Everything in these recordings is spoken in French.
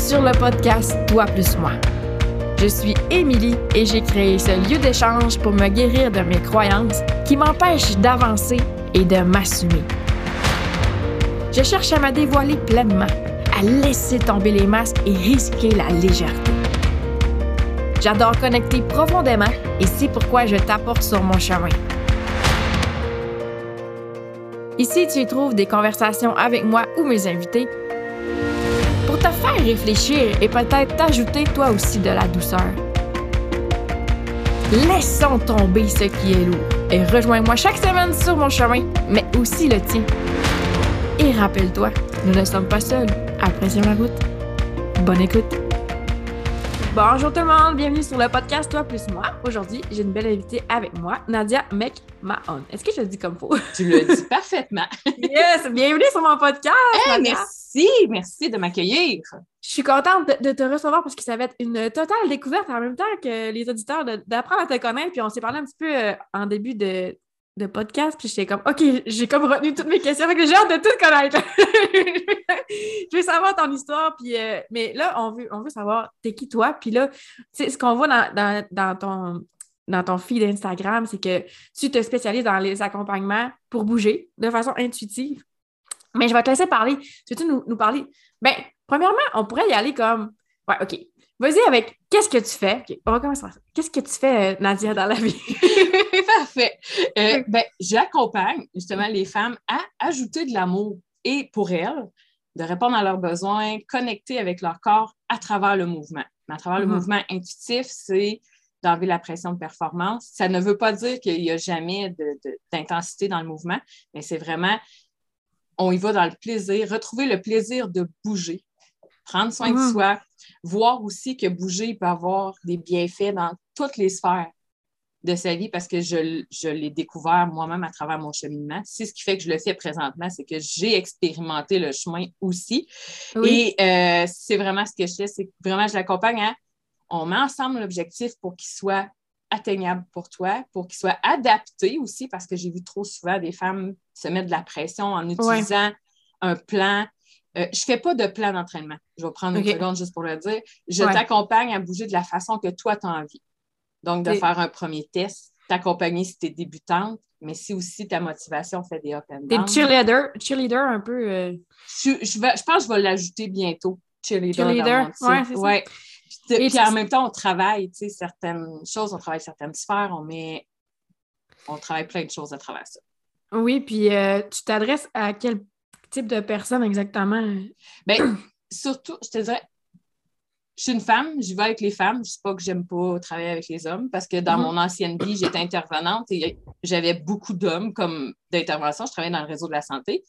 sur le podcast Toi plus moi. Je suis Émilie et j'ai créé ce lieu d'échange pour me guérir de mes croyances qui m'empêchent d'avancer et de m'assumer. Je cherche à me dévoiler pleinement, à laisser tomber les masques et risquer la légèreté. J'adore connecter profondément et c'est pourquoi je t'apporte sur mon chemin. Ici, tu y trouves des conversations avec moi ou mes invités pour te faire réfléchir et peut-être t'ajouter toi aussi de la douceur. Laissons tomber ce qui est lourd et rejoins-moi chaque semaine sur mon chemin, mais aussi le tien. Et rappelle-toi, nous ne sommes pas seuls. Apprécions la route. Bonne écoute. Bonjour tout le monde, bienvenue sur le podcast Toi plus moi. Aujourd'hui, j'ai une belle invitée avec moi, Nadia McMahon. Est-ce que je le dis comme faut? Tu le dis parfaitement. Yes, bienvenue sur mon podcast. Hey, merci de m'accueillir. Je suis contente de te recevoir parce que ça va être une totale découverte en même temps que les auditeurs d'apprendre à te connaître. Puis on s'est parlé un petit peu en début de podcast, puis j'étais comme, OK, j'ai comme retenu toutes mes questions, fait que j'ai hâte de tout connaître. Je veux savoir ton histoire, puis mais là, on veut savoir, t'es qui toi? Puis là, tu sais, ce qu'on voit dans ton feed Instagram, c'est que tu te spécialises dans les accompagnements pour bouger de façon intuitive. Mais je vais te laisser parler. Tu veux-tu nous parler? Bien, premièrement, on pourrait y aller comme, ouais, OK. Vas-y avec qu'est-ce que tu fais? Okay, on va commencer par ça. Qu'est-ce que tu fais, Nadia, dans la vie? Parfait. J'accompagne justement les femmes à ajouter de l'amour et pour elles, de répondre à leurs besoins, connecter avec leur corps à travers le mouvement. Mais à travers le mouvement intuitif, c'est d'enlever la pression de performance. Ça ne veut pas dire qu'il n'y a jamais d'intensité dans le mouvement, mais c'est vraiment, on y va dans le plaisir, retrouver le plaisir de bouger, prendre soin de soi, voir aussi que bouger peut avoir des bienfaits dans toutes les sphères de sa vie parce que je l'ai découvert moi-même à travers mon cheminement. C'est ce qui fait que je le fais présentement, c'est que j'ai expérimenté le chemin aussi. Oui. Et c'est vraiment ce que je fais, c'est que vraiment je l'accompagne on met ensemble l'objectif pour qu'il soit atteignable pour toi, pour qu'il soit adapté aussi parce que j'ai vu trop souvent des femmes se mettre de la pression en utilisant un plan. Je ne fais pas de plan d'entraînement. Je vais prendre une seconde juste pour le dire. Je t'accompagne à bouger de la façon que toi, tu as envie. Donc, de faire un premier test, t'accompagner si tu es débutante, mais si aussi ta motivation fait des up and down. T'es cheerleader un peu. Je pense que je vais l'ajouter bientôt. Cheerleader. Oui, c'est ça. Puis en même temps, on travaille certaines choses, on travaille certaines sphères, on travaille plein de choses à travers ça. Oui, puis tu t'adresses à quel type de personne exactement? Bien, surtout, je te dirais, je suis une femme, j'y vais avec les femmes. Je ne dis pas que j'aime pas travailler avec les hommes parce que dans mon ancienne vie, j'étais intervenante et j'avais beaucoup d'hommes comme d'intervention. Je travaillais dans le réseau de la santé.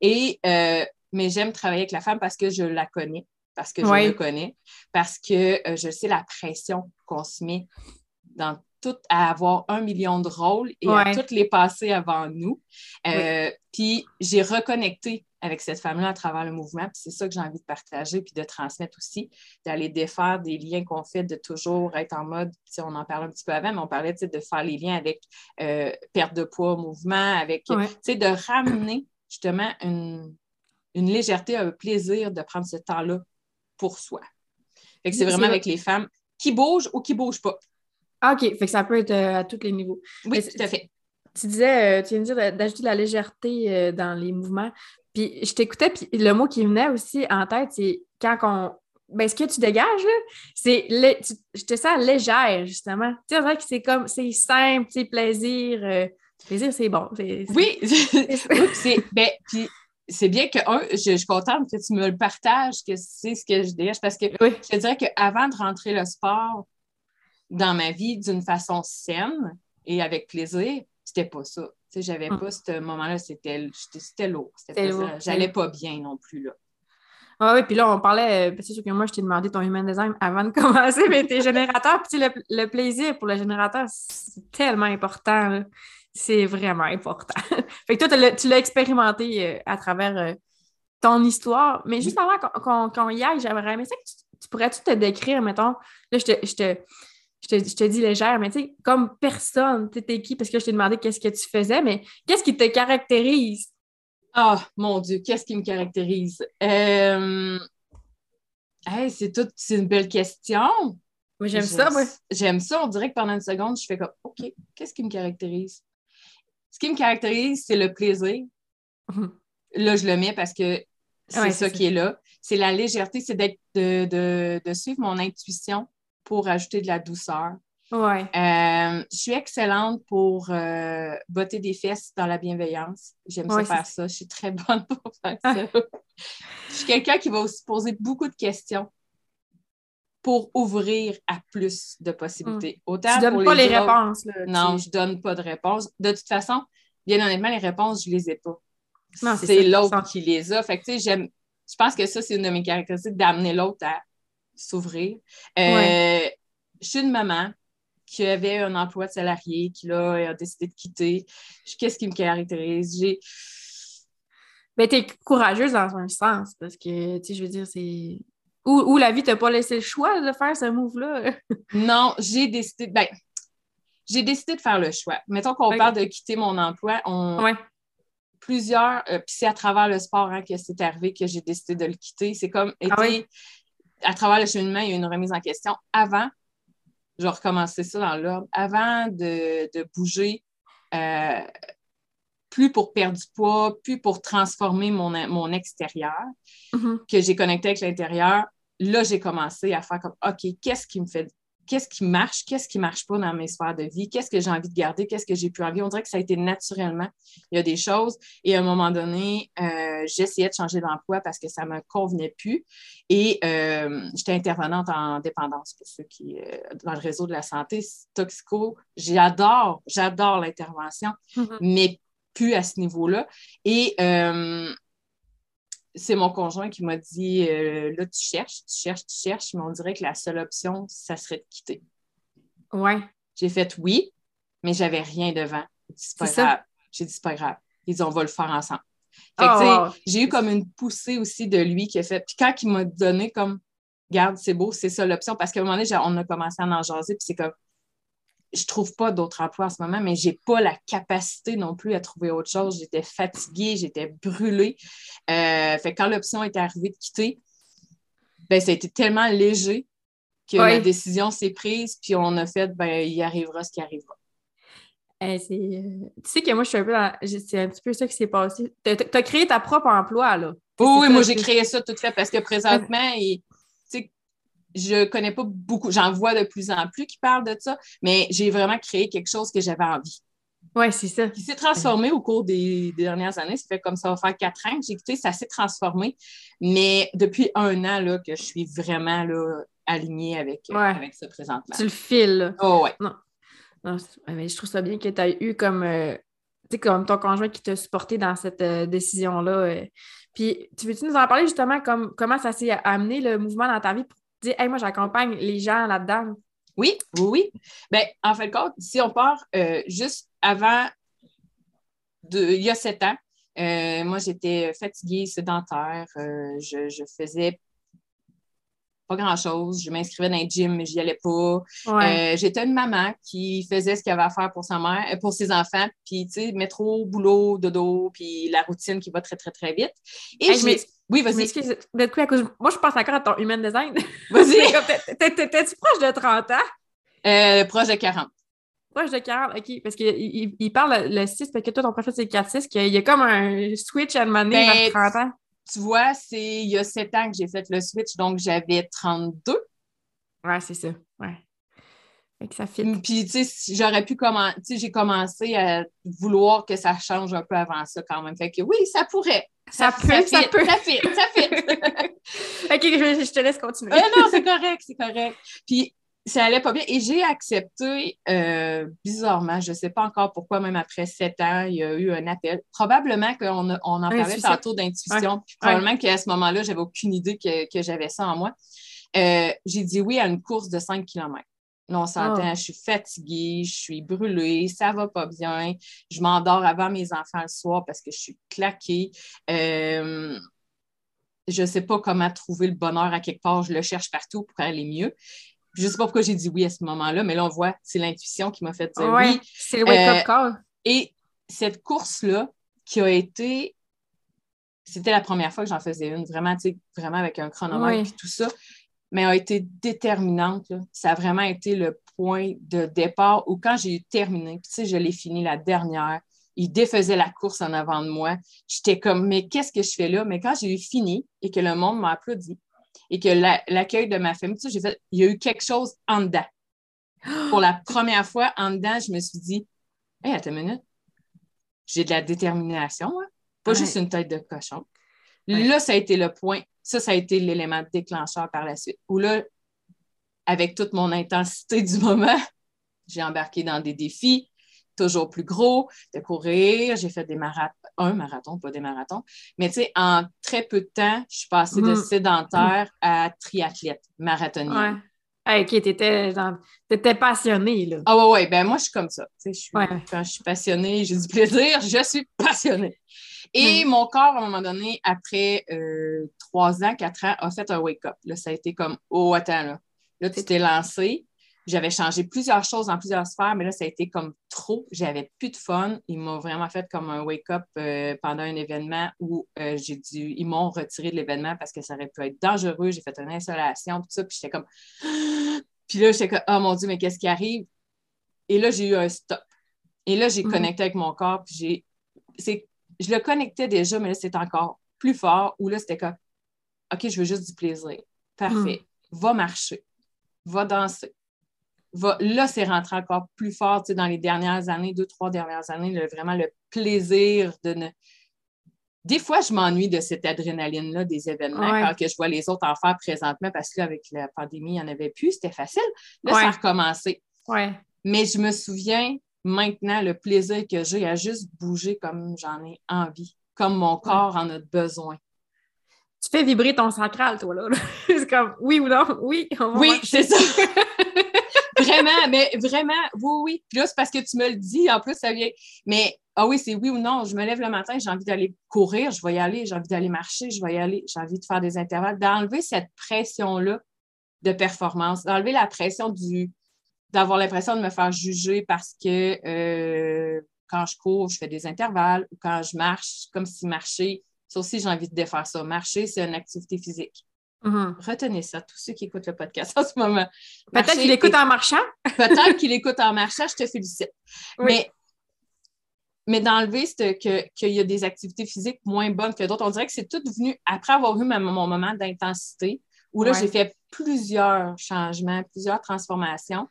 Mais j'aime travailler avec la femme parce que je la connais, parce que je me connais, parce que je sais la pression qu'on se met dans tout à avoir 1 million de rôles et à toutes les passer avant nous. Puis j'ai reconnecté avec cette femme-là à travers le mouvement, puis c'est ça que j'ai envie de partager puis de transmettre aussi, d'aller défaire des liens qu'on fait, de toujours être en mode, on en parlait un petit peu avant, mais on parlait de faire les liens avec perte de poids, mouvement, avec, de ramener justement une légèreté, un plaisir de prendre ce temps-là pour soi. Fait que c'est vraiment avec les femmes qui bougent ou qui ne bougent pas. Ah, OK. Fait que ça peut être à tous les niveaux. Oui, tout à fait. Tu viens de dire d'ajouter de la légèreté dans les mouvements. Puis je t'écoutais, puis le mot qui venait aussi en tête, c'est quand on... Ben, ce que tu dégages, là, c'est... Je te sens légère, justement. Tu sais, on dirait que c'est comme... C'est simple, tu sais, plaisir. Plaisir, c'est bon. Oui. Puis c'est bien que, je suis contente que tu me le partages, que c'est ce que je dégage, parce que je te dirais qu'avant de rentrer le sport dans ma vie d'une façon saine et avec plaisir, c'était pas ça. Tu sais, j'avais pas ce moment-là, c'était lourd. J'allais pas bien non plus, là. Ah oui, puis là, on parlait, c'est sûr que moi, je t'ai demandé ton human design avant de commencer, mais t'es générateur, puis le plaisir pour le générateur, c'est tellement important, là. C'est vraiment important. Fait que toi, tu l'as expérimenté à travers ton histoire, mais juste avant qu'on y aille, j'aimerais aimé ça que tu pourrais-tu te décrire, mettons, là, je te dis légère, mais tu sais, comme personne, tu étais qui? Parce que là, je t'ai demandé qu'est-ce que tu faisais, mais qu'est-ce qui te caractérise? Ah, mon Dieu, qu'est-ce qui me caractérise? Hey, c'est une belle question. Moi, j'aime ça, moi. J'aime ça. On dirait que pendant une seconde, je fais comme, OK, qu'est-ce qui me caractérise? Ce qui me caractérise, c'est le plaisir. Là, je le mets parce que c'est ça qui est là. C'est la légèreté, c'est de suivre mon intuition pour ajouter de la douceur. Ouais. Je suis excellente pour botter des fesses dans la bienveillance. J'aime ça faire ça. Je suis très bonne pour faire ça. Je suis quelqu'un qui va aussi poser beaucoup de questions pour ouvrir à plus de possibilités. Autant tu donnes pour pas les autres, réponses. Là, non, je donne pas de réponses. De toute façon, bien honnêtement, les réponses, je les ai pas. Non, c'est l'autre qui les a. Fait que, tu sais, je pense que ça, c'est une de mes caractéristiques, d'amener l'autre à s'ouvrir. Je suis une maman qui avait un emploi de salarié, qui là, a décidé de quitter. Qu'est-ce qui me caractérise? Mais t'es courageuse dans un sens, parce que, tu sais, je veux dire, c'est... Ou la vie t'a pas laissé le choix de faire ce move-là? Non, j'ai décidé de faire le choix. Mettons qu'on parle de quitter mon emploi, plusieurs, puis c'est à travers le sport que c'est arrivé que j'ai décidé de le quitter. C'est comme à travers le cheminement, il y a une remise en question. Avant, je vais recommencer ça dans l'ordre, avant de bouger, plus pour perdre du poids, plus pour transformer mon extérieur, que j'ai connecté avec l'intérieur, là, j'ai commencé à faire comme, OK, qu'est-ce qui marche, qu'est-ce qui marche pas dans mes sphères de vie, qu'est-ce que j'ai envie de garder, qu'est-ce que j'ai plus envie. On dirait que ça a été naturellement. Il y a des choses. Et à un moment donné, j'essayais de changer d'emploi parce que ça ne me convenait plus. Et j'étais intervenante en dépendance pour ceux qui, dans le réseau de la santé, toxico. J'adore l'intervention, mais plus à ce niveau-là. Et c'est mon conjoint qui m'a dit là, tu cherches, mais on dirait que la seule option, ça serait de quitter. Ouais. J'ai fait oui, mais j'avais rien devant. C'est pas grave. J'ai dit, c'est pas grave. Ils dit, on va le faire ensemble. Fait que, j'ai eu comme une poussée aussi de lui qui a fait. Puis quand il m'a donné comme, regarde, c'est beau, c'est ça l'option, parce qu'à un moment donné, on a commencé à en jaser, puis c'est comme, je trouve pas d'autres emplois en ce moment, mais j'ai pas la capacité non plus à trouver autre chose. J'étais fatiguée, j'étais brûlée. Fait que quand l'option est arrivée de quitter, ben, ça a été tellement léger que la décision s'est prise, puis on a fait, ben, il arrivera ce qui arrivera. Tu sais que moi, je suis un peu dans... C'est un petit peu ça qui s'est passé. T'as créé ta propre emploi, là. Oui, moi, j'ai créé ça tout fait parce que présentement, je connais pas beaucoup, j'en vois de plus en plus qui parlent de ça, mais j'ai vraiment créé quelque chose que j'avais envie. Oui, c'est ça. Qui s'est transformé au cours des dernières années. Ça fait comme ça va faire 4 ans que j'ai écouté, ça s'est transformé. Mais depuis 1 an là, que je suis vraiment là, alignée avec ça présentement. Tu le files, là. Oh, ouais. Non, mais je trouve ça bien que tu aies eu comme, tu sais, comme ton conjoint qui t'a supporté dans cette décision-là. Puis, tu veux-tu nous en parler justement comment ça s'est amené le mouvement dans ta vie pour te dire, hey, moi, j'accompagne les gens là-dedans? Oui. Bien, en fait, si on part juste avant, il y a 7 ans, moi, j'étais fatiguée, sédentaire. Je faisais pas grand-chose. Je m'inscrivais dans un gym, mais j'y allais pas. J'étais une maman qui faisait ce qu'elle avait à faire pour sa mère, pour ses enfants, puis, tu sais, métro, boulot, dodo, puis la routine qui va très, très, très vite. Et oui, vas-y. Moi, je pense encore à ton human design. Vas-y. T'es-tu proche de 30 ans? Proche de 40. Proche de 40, OK. Parce qu'il parle le 6, parce que toi, ton profil, c'est 4-6, qu'il y a comme un switch à demander vers 30 ans. Tu vois, c'est il y a 7 ans que j'ai fait le switch, donc j'avais 32. Ouais, c'est ça. Ouais. Fait que ça fit. Puis, tu sais, j'aurais pu commencer, tu sais, j'ai commencé à vouloir que ça change un peu avant ça quand même. Fait que oui, ça pourrait. Ça fit. Ça fit. OK, je te laisse continuer. Non, c'est correct. Puis, ça allait pas bien. Et j'ai accepté, bizarrement, je ne sais pas encore pourquoi, même après 7 ans, il y a eu un appel. Probablement qu'on en parlait tantôt d'intuition. Puis probablement qu'à ce moment-là, j'avais aucune idée que j'avais ça en moi. J'ai dit oui à une course de 5 km. Là, on s'entend, je suis fatiguée, je suis brûlée, ça va pas bien. Je m'endors avant mes enfants le soir parce que je suis claquée. Je ne sais pas comment trouver le bonheur à quelque part. Je le cherche partout pour aller mieux. Je ne sais pas pourquoi j'ai dit oui à ce moment-là, mais là, on voit, c'est l'intuition qui m'a fait dire oui. C'est le wake-up call. Et cette course-là, qui a été c'était la première fois que j'en faisais une, vraiment, tu sais, vraiment avec un chronomètre et tout ça, mais a été déterminante, là. Ça a vraiment été le point de départ où quand j'ai terminé, puis tu sais, je l'ai fini la dernière, il défaisait la course en avant de moi. J'étais comme, mais qu'est-ce que je fais là? Mais quand j'ai eu fini et que le monde m'a applaudi et que l'accueil de ma famille, tu sais, j'ai fait, il y a eu quelque chose en dedans. Pour la première fois, en dedans, je me suis dit, hey, attends une minute, j'ai de la détermination, hein? Pas juste une tête de cochon. Là, ça a été le point. Ça a été l'élément déclencheur par la suite. Où là, avec toute mon intensité du moment, j'ai embarqué dans des défis toujours plus gros, de courir. J'ai fait un marathon, pas des marathons. Mais tu sais, en très peu de temps, je suis passée de sédentaire à triathlète, marathonienne. Ouais. Hey, OK, t'étais passionnée, là. Ah ouais, ben moi, je suis comme ça. Quand je suis passionnée, j'ai du plaisir, je suis passionnée. Et mon corps, à un moment donné, après 3 ans, 4 ans, a fait un wake-up. Là, ça a été comme, oh, attends, là. Là, tu t'es lancé. J'avais changé plusieurs choses dans plusieurs sphères, mais là, ça a été comme trop. J'avais plus de fun. Ils m'ont vraiment fait comme un wake-up pendant un événement où ils m'ont retiré de l'événement parce que ça aurait pu être dangereux. J'ai fait une installation, tout ça, puis j'étais comme... Puis là, j'étais comme, oh mon Dieu, mais qu'est-ce qui arrive? Et là, j'ai eu un stop. Et là, j'ai connecté avec mon corps, puis je le connectais déjà, mais là, c'était encore plus fort, où là, c'était comme, OK, je veux juste du plaisir. Parfait. Va marcher. Va danser. Là, c'est rentré encore plus fort, tu sais, dans les dernières années, 2, 3 dernières années, vraiment le plaisir de ne... Des fois, je m'ennuie de cette adrénaline-là des événements quand que je vois les autres en faire présentement, parce que là, avec la pandémie, il n'y en avait plus, c'était facile. Là, ça a recommencé. Mais je me souviens maintenant le plaisir que j'ai à juste bouger comme j'en ai envie, comme mon corps en a besoin. Tu fais vibrer ton sacral, toi, là. C'est comme, oui ou non? Oui, on va oui, c'est ça. Vraiment, mais vraiment, oui. Puis là, c'est parce que tu me le dis, en plus, ça vient. Mais, oui, c'est oui ou non. Je me lève le matin, j'ai envie d'aller courir, je vais y aller. J'ai envie d'aller marcher, je vais y aller. J'ai envie de faire des intervalles, d'enlever cette pression-là de performance, d'enlever la pression d'avoir l'impression de me faire juger parce que quand je cours, je fais des intervalles ou quand je marche, comme si marcher, ça aussi, j'ai envie de défaire ça. Marcher, c'est une activité physique. Retenez ça, tous ceux qui écoutent le podcast en ce moment. Peut-être qu'il écoute en marchant. Peut-être qu'il écoute en marchant, je te félicite. Oui. Mais d'enlever qu'il y a des activités physiques moins bonnes que d'autres, on dirait que c'est tout venu après avoir eu mon moment d'intensité, où là, j'ai fait plusieurs changements, plusieurs transformations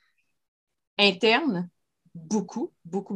internes, beaucoup.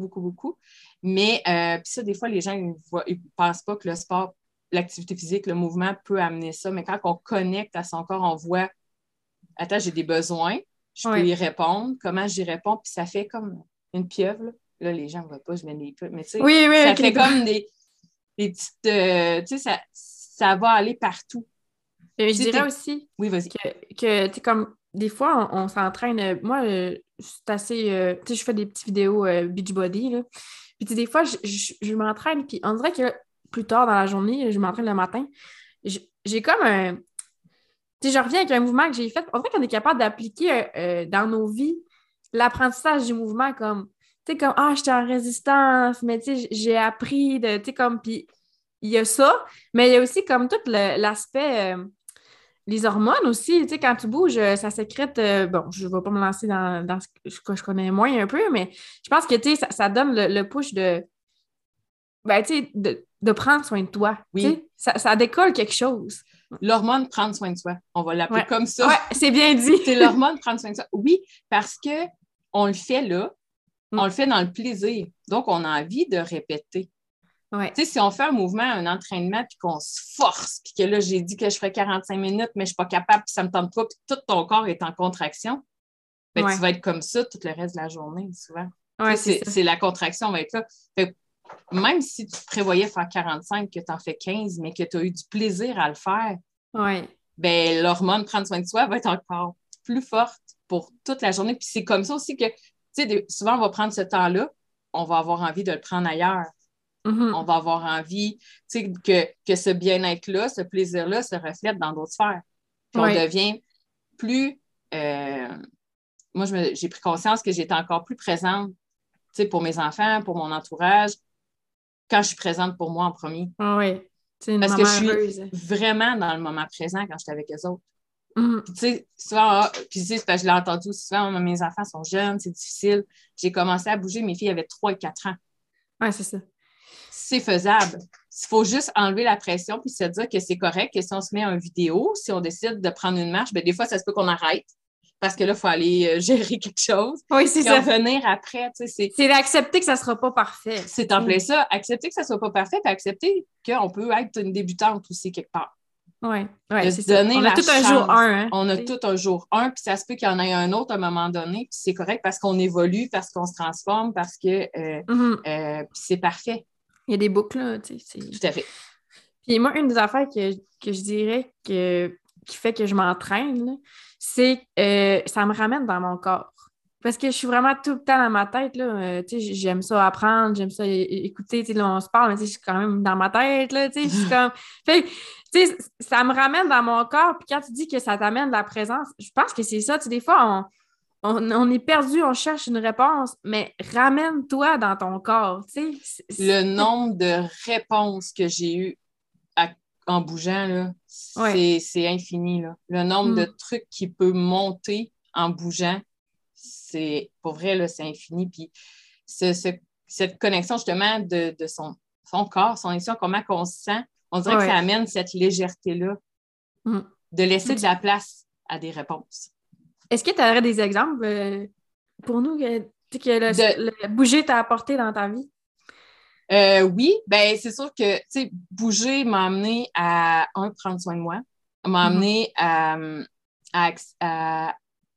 Mais puis ça, des fois, les gens ils pensent pas que le sport, l'activité physique, le mouvement peut amener ça. Mais quand on connecte à son corps, on voit, attends, j'ai des besoins, je peux y répondre. Comment j'y réponds? Puis ça fait comme une pieuvre. Là, les gens ne voient pas, je mets des pieuvres. Mais tu sais, ça fait comme des petites... tu sais, ça va aller partout. Je dirais aussi que tu sais, comme des fois, on s'entraîne. Moi, c'est assez. Tu sais, je fais des petites vidéos Beachbody, là. Puis, tu sais, des fois, je m'entraîne, puis on dirait que plus tard dans la journée, je m'entraîne le matin. J'ai comme un. Tu sais, je reviens avec un mouvement que j'ai fait. On dirait qu'on est capable d'appliquer dans nos vies l'apprentissage du mouvement comme. Tu sais, comme, j'étais en résistance, mais tu sais, j'ai appris de. Tu sais, comme. Puis, il y a ça, mais il y a aussi comme tout l'aspect. Les hormones aussi, tu sais, quand tu bouges, ça sécrète. Bon, je ne vais pas me lancer dans ce que je connais moins un peu, mais je pense que, tu sais, ça donne le push de, ben, tu sais, de prendre soin de toi. Oui. Ça décolle quelque chose. L'hormone prendre soin de soi. On va l'appeler comme ça. Oui, c'est bien dit. C'est l'hormone prendre soin de soi. Oui, parce qu'on le fait là, on le fait dans le plaisir. Donc, on a envie de répéter. Tu sais, si on fait un mouvement, un entraînement, puis qu'on se force, puis que là, j'ai dit que je ferais 45 minutes, mais je ne suis pas capable, puis ça ne me tente pas, puis tout ton corps est en contraction, ben, tu vas être comme ça tout le reste de la journée, souvent. C'est la contraction, on va être là. Fait, même si tu prévoyais faire 45, que tu en fais 15, mais que tu as eu du plaisir à le faire, ben, l'hormone prendre soin de soi va être encore plus forte pour toute la journée. Puis c'est comme ça aussi que, tu sais, souvent, on va prendre ce temps-là, on va avoir envie de le prendre ailleurs. On va avoir envie que ce bien-être-là, ce plaisir-là se reflète dans d'autres sphères. Puis on devient plus... moi, j'ai pris conscience que j'étais encore plus présente pour mes enfants, pour mon entourage, quand je suis présente pour moi en premier. C'est une Parce que maman je suis heureuse. vraiment dans le moment présent quand je suis avec eux autres. Mhm. Puis, tu sais, souvent, puis tu sais, c'est parce que je l'ai entendu aussi souvent, mes enfants sont jeunes, c'est difficile. J'ai commencé à bouger, mes filles avaient 3 et 4 ans. Ouais, c'est ça. C'est faisable. Il faut juste enlever la pression puis se dire que c'est correct, que si on se met en vidéo, si on décide de prendre une marche, bien, des fois, ça se peut qu'on arrête parce que là, il faut aller gérer quelque chose. Oui, c'est Puis ça. revenir après, tu sais, C'est d'accepter que ça sera pas parfait. c'est en plein ça. Accepter que ça ne soit pas parfait, puis accepter qu'on peut être une débutante aussi quelque part. Oui, ouais, De c'est se ça. donner On a la tout un jour chance. un, hein. On a tout un jour un, puis ça se peut qu'il y en ait un autre à un moment donné, puis c'est correct parce qu'on évolue, parce qu'on se transforme, parce que Mhm. puis c'est parfait. Il y a des boucles, là, tu sais. Tout à fait. Puis moi, une des affaires que je dirais qui fait que je m'entraîne, là, c'est que ça me ramène dans mon corps. Parce que je suis vraiment tout le temps dans ma tête, là. Tu sais, j'aime ça apprendre, j'aime ça écouter, tu sais, là, on se parle, mais tu sais, je suis quand même dans ma tête, là, tu sais, je suis comme... Fait que, tu sais, ça me ramène dans mon corps, puis quand tu dis que ça t'amène de la présence, je pense que c'est ça, tu sais, des fois, on est perdu, on cherche une réponse, mais ramène-toi dans ton corps, tu sais. Le nombre de réponses que j'ai eues en bougeant, là, Ouais. c'est infini. Là. Le nombre de Mm. trucs qui peut monter en bougeant, c'est pour vrai, là, c'est infini. Puis cette connexion justement de son corps, son émotion, comment on se sent, on dirait que ça Ouais. amène cette légèreté-là Mm. de laisser de la place à des réponses. Est-ce que tu aurais des exemples pour nous tu sais, que De, le bouger t'a apporté dans ta vie? oui, ben c'est sûr que tu sais, bouger m'a amené à prendre soin de moi, m'a Mhm. amené à, à,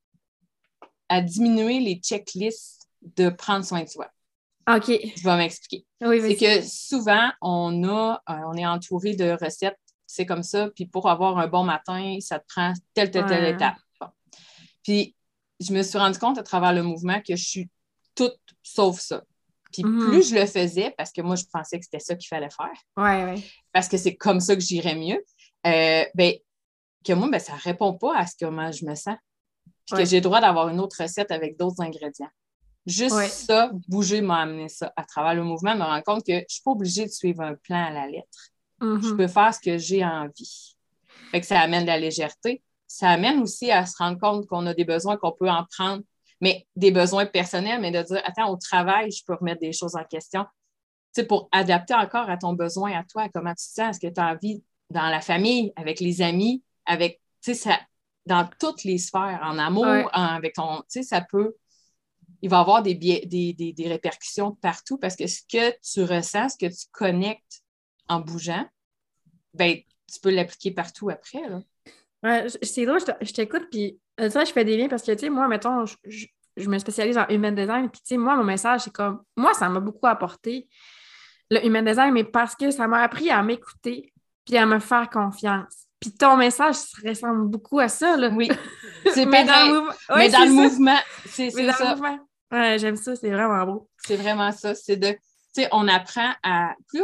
à diminuer les checklists de prendre soin de soi. OK. Je vais m'expliquer. Oui, C'est vas-y. que souvent, on est entouré de recettes, c'est comme ça, puis pour avoir un bon matin, ça te prend telle Ouais. étape. Bon. Puis, je me suis rendu compte à travers le mouvement que je suis toute sauf ça. Puis Mhm. plus je le faisais, parce que moi, je pensais que c'était ça qu'il fallait faire, Ouais, ouais. parce que c'est comme ça que j'irais mieux, ben, que moi, ben, ça ne répond pas à ce comment je me sens. Puis que Ouais. j'ai le droit d'avoir une autre recette avec d'autres ingrédients. Juste Ouais. ça, bouger m'a amené ça. À travers le mouvement, je me rends compte que je ne suis pas obligée de suivre un plan à la lettre. Je Mhm. peux faire ce que j'ai envie. Fait que ça amène de la légèreté. Ça amène aussi à se rendre compte qu'on a des besoins, qu'on peut en prendre, mais des besoins personnels, mais de dire, attends, au travail, je peux remettre des choses en question. Tu sais, pour adapter encore à ton besoin, à toi, à comment tu te sens, est-ce que tu as envie dans la famille, avec les amis, avec, tu sais, ça, dans toutes les sphères, en amour, Ouais. avec ton, tu sais, ça peut, il va y avoir des répercussions partout parce que ce que tu ressens, ce que tu connectes en bougeant, ben, tu peux l'appliquer partout après, là. Ouais, c'est drôle, je t'écoute, puis ça, je fais des liens parce que, tu sais, moi, mettons, je me spécialise en human design, puis, tu sais, moi, mon message, c'est comme, moi, ça m'a beaucoup apporté, le human design, mais parce que ça m'a appris à m'écouter, puis à me faire confiance. Puis ton message ça ressemble beaucoup à ça, là. Oui, c'est Mais dans le pareil. mouvement. Oui, Mais dans c'est le ça. mouvement, Mais c'est dans le ça. mouvement. Ouais, j'aime ça, c'est vraiment beau. C'est vraiment ça. C'est de, tu sais, on apprend à, plus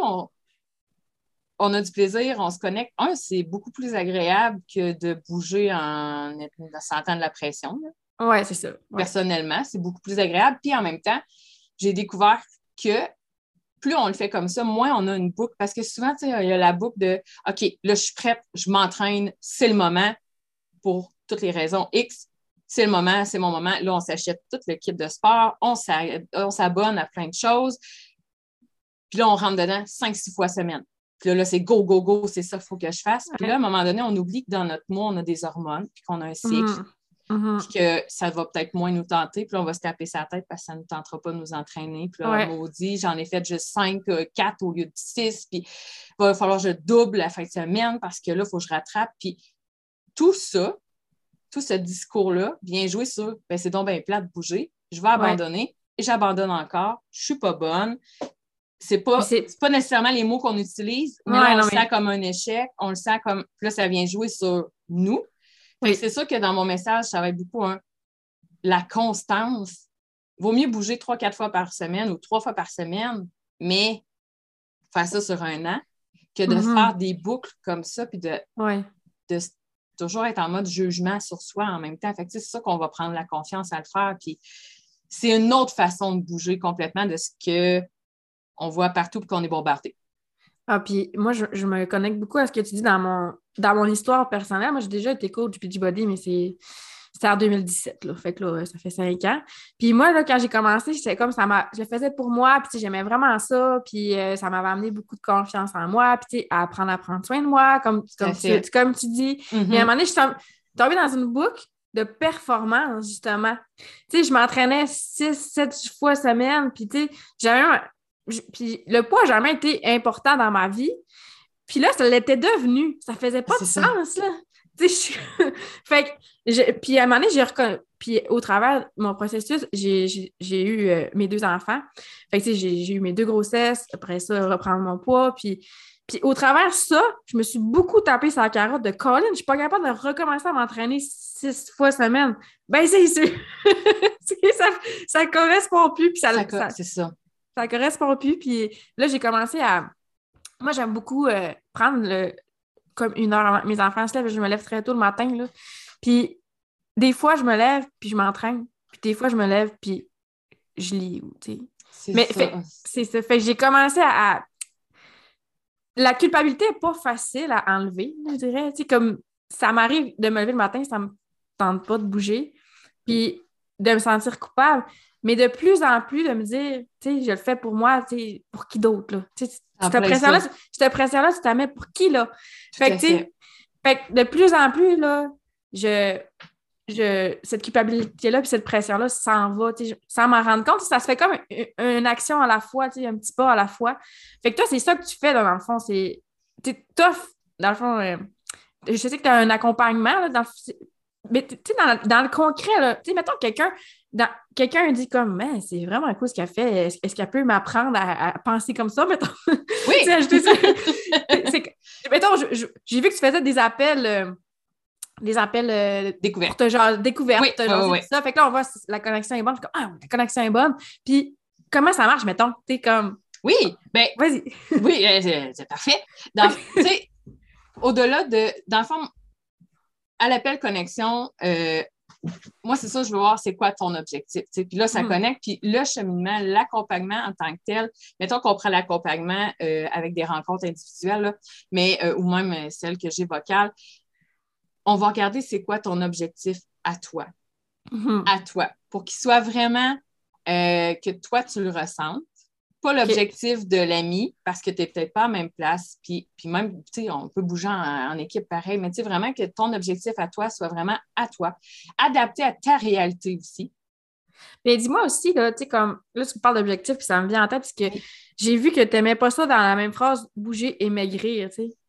on a du plaisir, on se connecte. C'est beaucoup plus agréable que de bouger en sentant de la pression, là. Ouais, c'est ça. Ouais. Personnellement, c'est beaucoup plus agréable. Puis en même temps, j'ai découvert que plus on le fait comme ça, moins on a une boucle. Parce que souvent, tu sais, il y a la boucle de OK, là, je suis prête, je m'entraîne, c'est le moment pour toutes les raisons X. C'est le moment, c'est mon moment. Là, on s'achète tout le kit de sport, on s'abonne à plein de choses. Puis là, on rentre dedans 5-6 fois semaine. Puis là, c'est go, go, go, c'est ça qu'il faut que je fasse. Puis là, à Ouais. un moment donné, on oublie que dans notre mois, on a des hormones, puis qu'on a un cycle, Mhm. Mhm. puis que ça va peut-être moins nous tenter. Puis là, on va se taper sa tête parce que ça ne nous tentera pas de nous entraîner. Puis là, Ouais. maudit, j'en ai fait juste 5, 4 au lieu de 6. Puis il va falloir que je double la fin de semaine parce que là, il faut que je rattrape. Puis tout ça, tout ce discours-là vient jouer sur ben, c'est donc bien plat de bouger, je vais Ouais. abandonner et j'abandonne encore, je suis pas bonne. C'est Mais pas, c'est. c'est pas nécessairement les mots qu'on utilise, mais là, Ouais, on le non, sent mais. comme un échec, on le sent comme. Puis là, ça vient jouer sur nous. Fait que c'est Oui. sûr que dans mon message, ça va être beaucoup la constance. Il vaut mieux bouger 3-4 fois par semaine ou 3 fois par semaine, mais faire ça sur un an, que de Mhm. faire des boucles comme ça, puis Ouais. de toujours être en mode jugement sur soi en même temps. Fait que, c'est ça qu'on va prendre la confiance à le faire. Puis c'est une autre façon de bouger complètement de ce qu'on voit partout et qu'on est bombardé. Ah, puis moi, je me connecte beaucoup à ce que tu dis dans mon histoire personnelle. Moi, j'ai déjà été coach Beachbody, mais c'était en 2017, là. Fait que là, ça fait 5 ans. Puis moi, là, quand j'ai commencé, j'étais comme je le faisais pour moi, puis tu sais, j'aimais vraiment ça, puis ça m'avait amené beaucoup de confiance en moi, puis tu sais, à apprendre à prendre soin de moi, Tout à fait. comme tu dis. Mais à un moment donné, je suis tombée dans une boucle de performance, justement. Tu sais, je m'entraînais 6, 7 fois semaine, puis tu sais, puis le poids n'a jamais été important dans ma vie. Puis là, ça l'était devenu. Ça faisait pas C'est de ça. sens, là. Tu sais, fait que, puis à un moment donné, j'ai reconnu. Puis au travers de mon processus, j'ai eu mes 2 enfants. Fait que, tu sais, j'ai eu mes 2 grossesses. Après ça, reprendre mon poids. Puis au travers de ça, je me suis beaucoup tapé sur la carotte de Colin. Je suis pas capable de recommencer à m'entraîner 6 fois semaine. Ben, c'est sûr. Ça correspond plus. Puis C'est ça. ça correspond plus. Puis là, j'ai commencé à. Moi, j'aime beaucoup prendre comme 1 heure avant que mes enfants se lèvent. Je me lève très tôt le matin, là. Puis des fois, je me lève, puis je m'entraîne. Puis des fois, je me lève, puis je lis, tu sais. C'est Mais ça. c'est ça. Fait que j'ai commencé La culpabilité n'est pas facile à enlever, je dirais. Tu sais, comme ça m'arrive de me lever le matin, ça me tente pas de bouger, puis de me sentir coupable. Mais de plus en plus, de me dire, tu sais, je le fais pour moi, tu sais, pour qui d'autre, là? Tu sais, En plein ça. cette pression-là, tu t'en mets pour qui, là? Tout Fait à que, tu sais, fait. fait que de plus en plus, là, cette culpabilité-là puis cette pression-là s'en va, tu sais, sans m'en rendre compte. Ça se fait comme une action à la fois, tu sais, un petit pas à la fois. Fait que toi, c'est ça que tu fais, là, dans le fond. Tu t'offres, dans le fond, je sais que tu as un accompagnement, là, mais tu sais, dans le concret, là, tu sais, mettons quelqu'un dit comme, mais c'est vraiment cool ce qu'elle fait. Est-ce qu'elle peut m'apprendre à penser comme ça, mettons? Oui! Tu sais, ajouter ça. Mettons, j'ai vu que tu faisais des appels pour Découverte. te genre découverte, Oui, pour te oui, oui, jaser, oui. tout ça. Fait que là, on voit si la connexion est bonne. Je suis comme, la connexion est bonne. Puis, comment ça marche, mettons? T'es comme, Oui, ben, vas-y. oui, c'est parfait. Tu sais, au-delà dans le fond, à l'appel connexion, moi, c'est ça, je veux voir c'est quoi ton objectif. T'sais. Puis là, ça connecte. Puis le cheminement, l'accompagnement en tant que tel, mettons qu'on prend l'accompagnement avec des rencontres individuelles, là, mais, ou même celle que j'ai vocale, on va regarder c'est quoi ton objectif à toi, pour qu'il soit vraiment que toi, tu le ressentes. Pas l'objectif de l'ami, parce que tu n'es peut-être pas à la même place. Puis même, tu sais, on peut bouger en équipe pareil, mais tu sais, vraiment que ton objectif à toi soit vraiment à toi, adapté à ta réalité aussi. Mais dis-moi aussi, là, tu sais, comme, là, tu me parles d'objectif, puis ça me vient en tête, parce que j'ai vu que tu n'aimais pas ça dans la même phrase, bouger et maigrir, tu sais.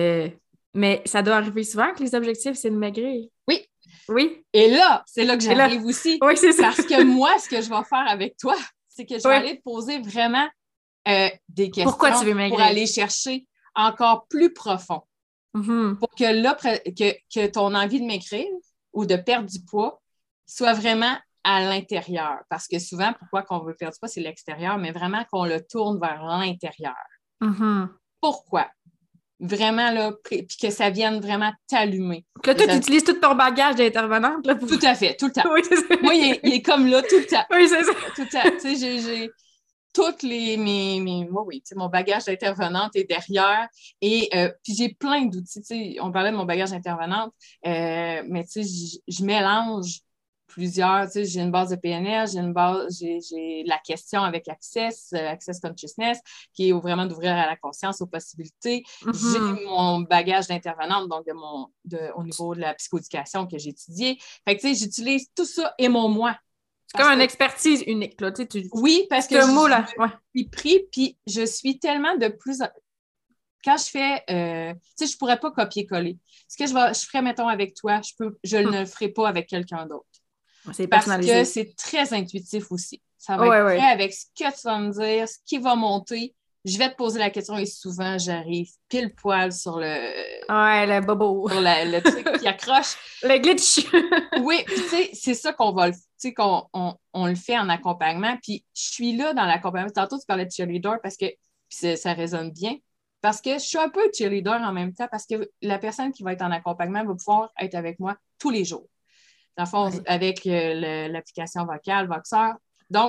Mais ça doit arriver souvent que les objectifs, c'est de maigrir. Oui. Oui. Et là, c'est là que j'arrive aussi. Oui, c'est ça. Parce que moi, ce que je vais faire avec toi, c'est que je vais aller te poser vraiment des questions Pourquoi tu veux maigrir? pour aller chercher encore plus profond. Pour que là, que ton envie de maigrir ou de perdre du poids soit vraiment à l'intérieur. Parce que souvent, pourquoi qu'on veut perdre du poids, c'est l'extérieur, mais vraiment qu'on le tourne vers l'intérieur. Pourquoi? Vraiment, là, puis que ça vienne vraiment t'allumer. Là, toi, tu utilises tout ton bagage d'intervenante. Là, Tout à fait, tout le temps. Oui, c'est ça. Moi, il est comme là tout le temps. Oui, c'est ça. Tout le temps. Tu sais, j'ai toutes moi, oui, mon bagage d'intervenante est derrière. Et puis j'ai plein d'outils. On parlait de mon bagage d'intervenante, mais je mélange plusieurs. J'ai une base de PNL, j'ai la question avec Access Consciousness, qui est vraiment d'ouvrir à la conscience, aux possibilités. J'ai mon bagage d'intervenante, donc au niveau de la psychoéducation que j'ai étudié. Fait que j'utilise tout ça et mon moi. C'est comme une expertise unique, là. Oui, parce que je suis pris, puis je suis tellement de plus... Quand je fais... je ne pourrais pas copier-coller. Ce que je ferais, mettons, avec toi, je ne le ferai pas avec quelqu'un d'autre. C'est parce personnalisé. que c'est très intuitif aussi. Ça va être prêt avec ce que tu vas me dire, ce qui va monter. Je vais te poser la question et souvent, j'arrive pile poil sur le bobo. Sur le truc qui accroche. Le glitch. Oui, puis tu sais, c'est ça qu'on va on le fait en accompagnement. Puis je suis là dans l'accompagnement. Tantôt, tu parlais de cheerleader parce que ça résonne bien. Parce que je suis un peu cheerleader en même temps parce que la personne qui va être en accompagnement va pouvoir être avec moi tous les jours. Dans le fond, avec l'application vocale, Voxer. Donc,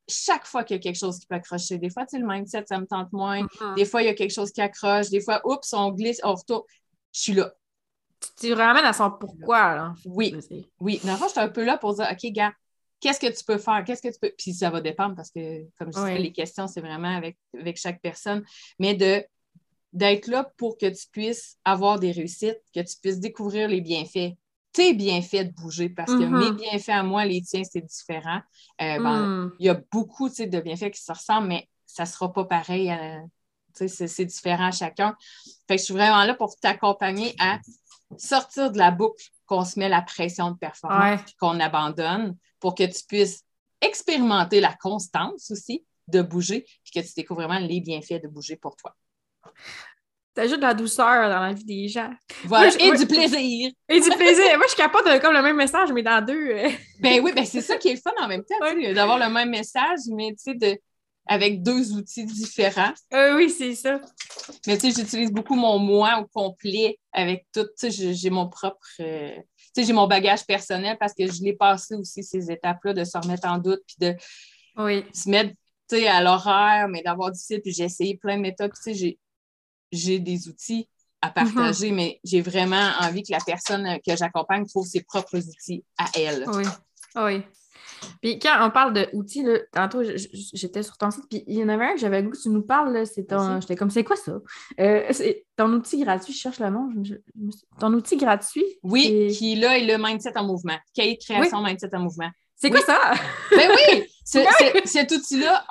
chaque fois qu'il y a quelque chose qui peut accrocher, des fois, tu sais, le mindset, ça me tente moins. Mm-hmm. Des fois, il y a quelque chose qui accroche. Des fois, oups, on glisse, on retourne. Je suis là. Tu ramènes à son pourquoi, là. Oui. Oui. Dans le fond, je suis un peu là pour dire, OK, gars, qu'est-ce que tu peux faire? Qu'est-ce que tu peux... Puis ça va dépendre parce que, comme je disais, les questions, c'est vraiment avec chaque personne. Mais d'être là pour que tu puisses avoir des réussites, que tu puisses découvrir les bienfaits. Tes bienfaits de bouger, parce que mes bienfaits à moi, les tiens, c'est différent. Il y a beaucoup de bienfaits qui se ressemblent, mais ça ne sera pas pareil. C'est différent à chacun. Fait que je suis vraiment là pour t'accompagner à sortir de la boucle qu'on se met la pression de performance et qu'on abandonne pour que tu puisses expérimenter la constance aussi de bouger puis que tu découvres vraiment les bienfaits de bouger pour toi. T'ajoutes de la douceur dans la vie des gens. Voilà, du plaisir. Et du plaisir. Moi, je suis capable de comme le même message, mais dans deux. Ben oui, ben c'est ça qui est le fun en même temps, d'avoir le même message, mais avec deux outils différents. Oui, c'est ça. Mais j'utilise beaucoup mon moi au complet avec tout. J'ai mon propre... j'ai mon bagage personnel parce que je l'ai passé aussi, ces étapes-là, de se remettre en doute puis de se mettre à l'horaire, mais d'avoir du site. Puis j'ai essayé plein de méthodes. J'ai des outils à partager, mais j'ai vraiment envie que la personne que j'accompagne trouve ses propres outils à elle. Oui. Puis quand on parle d'outils, tantôt, j'étais sur ton site, puis il y en avait un que j'avais le goût que tu nous parles, là, j'étais comme, c'est quoi ça? C'est ton outil gratuit, je cherche le nom. Ton outil gratuit? Oui, qui là est le Mindset en mouvement. Cahier de création Mindset en mouvement. C'est quoi ça? Ben oui! Cet outil-là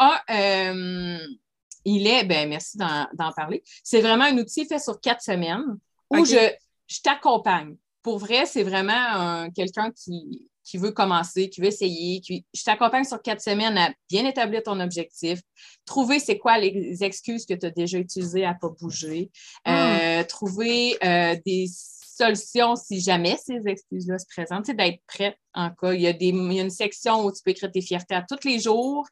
il est, merci d'en parler. C'est vraiment un outil fait sur 4 semaines où je t'accompagne. Pour vrai, c'est vraiment quelqu'un qui veut commencer, qui veut essayer. Je t'accompagne sur 4 semaines à bien établir ton objectif, trouver c'est quoi les excuses que tu as déjà utilisées à ne pas bouger, trouver des solutions si jamais ces excuses-là se présentent, d'être prête en cas. Il y a une section où tu peux écrire tes fiertés à tous les jours.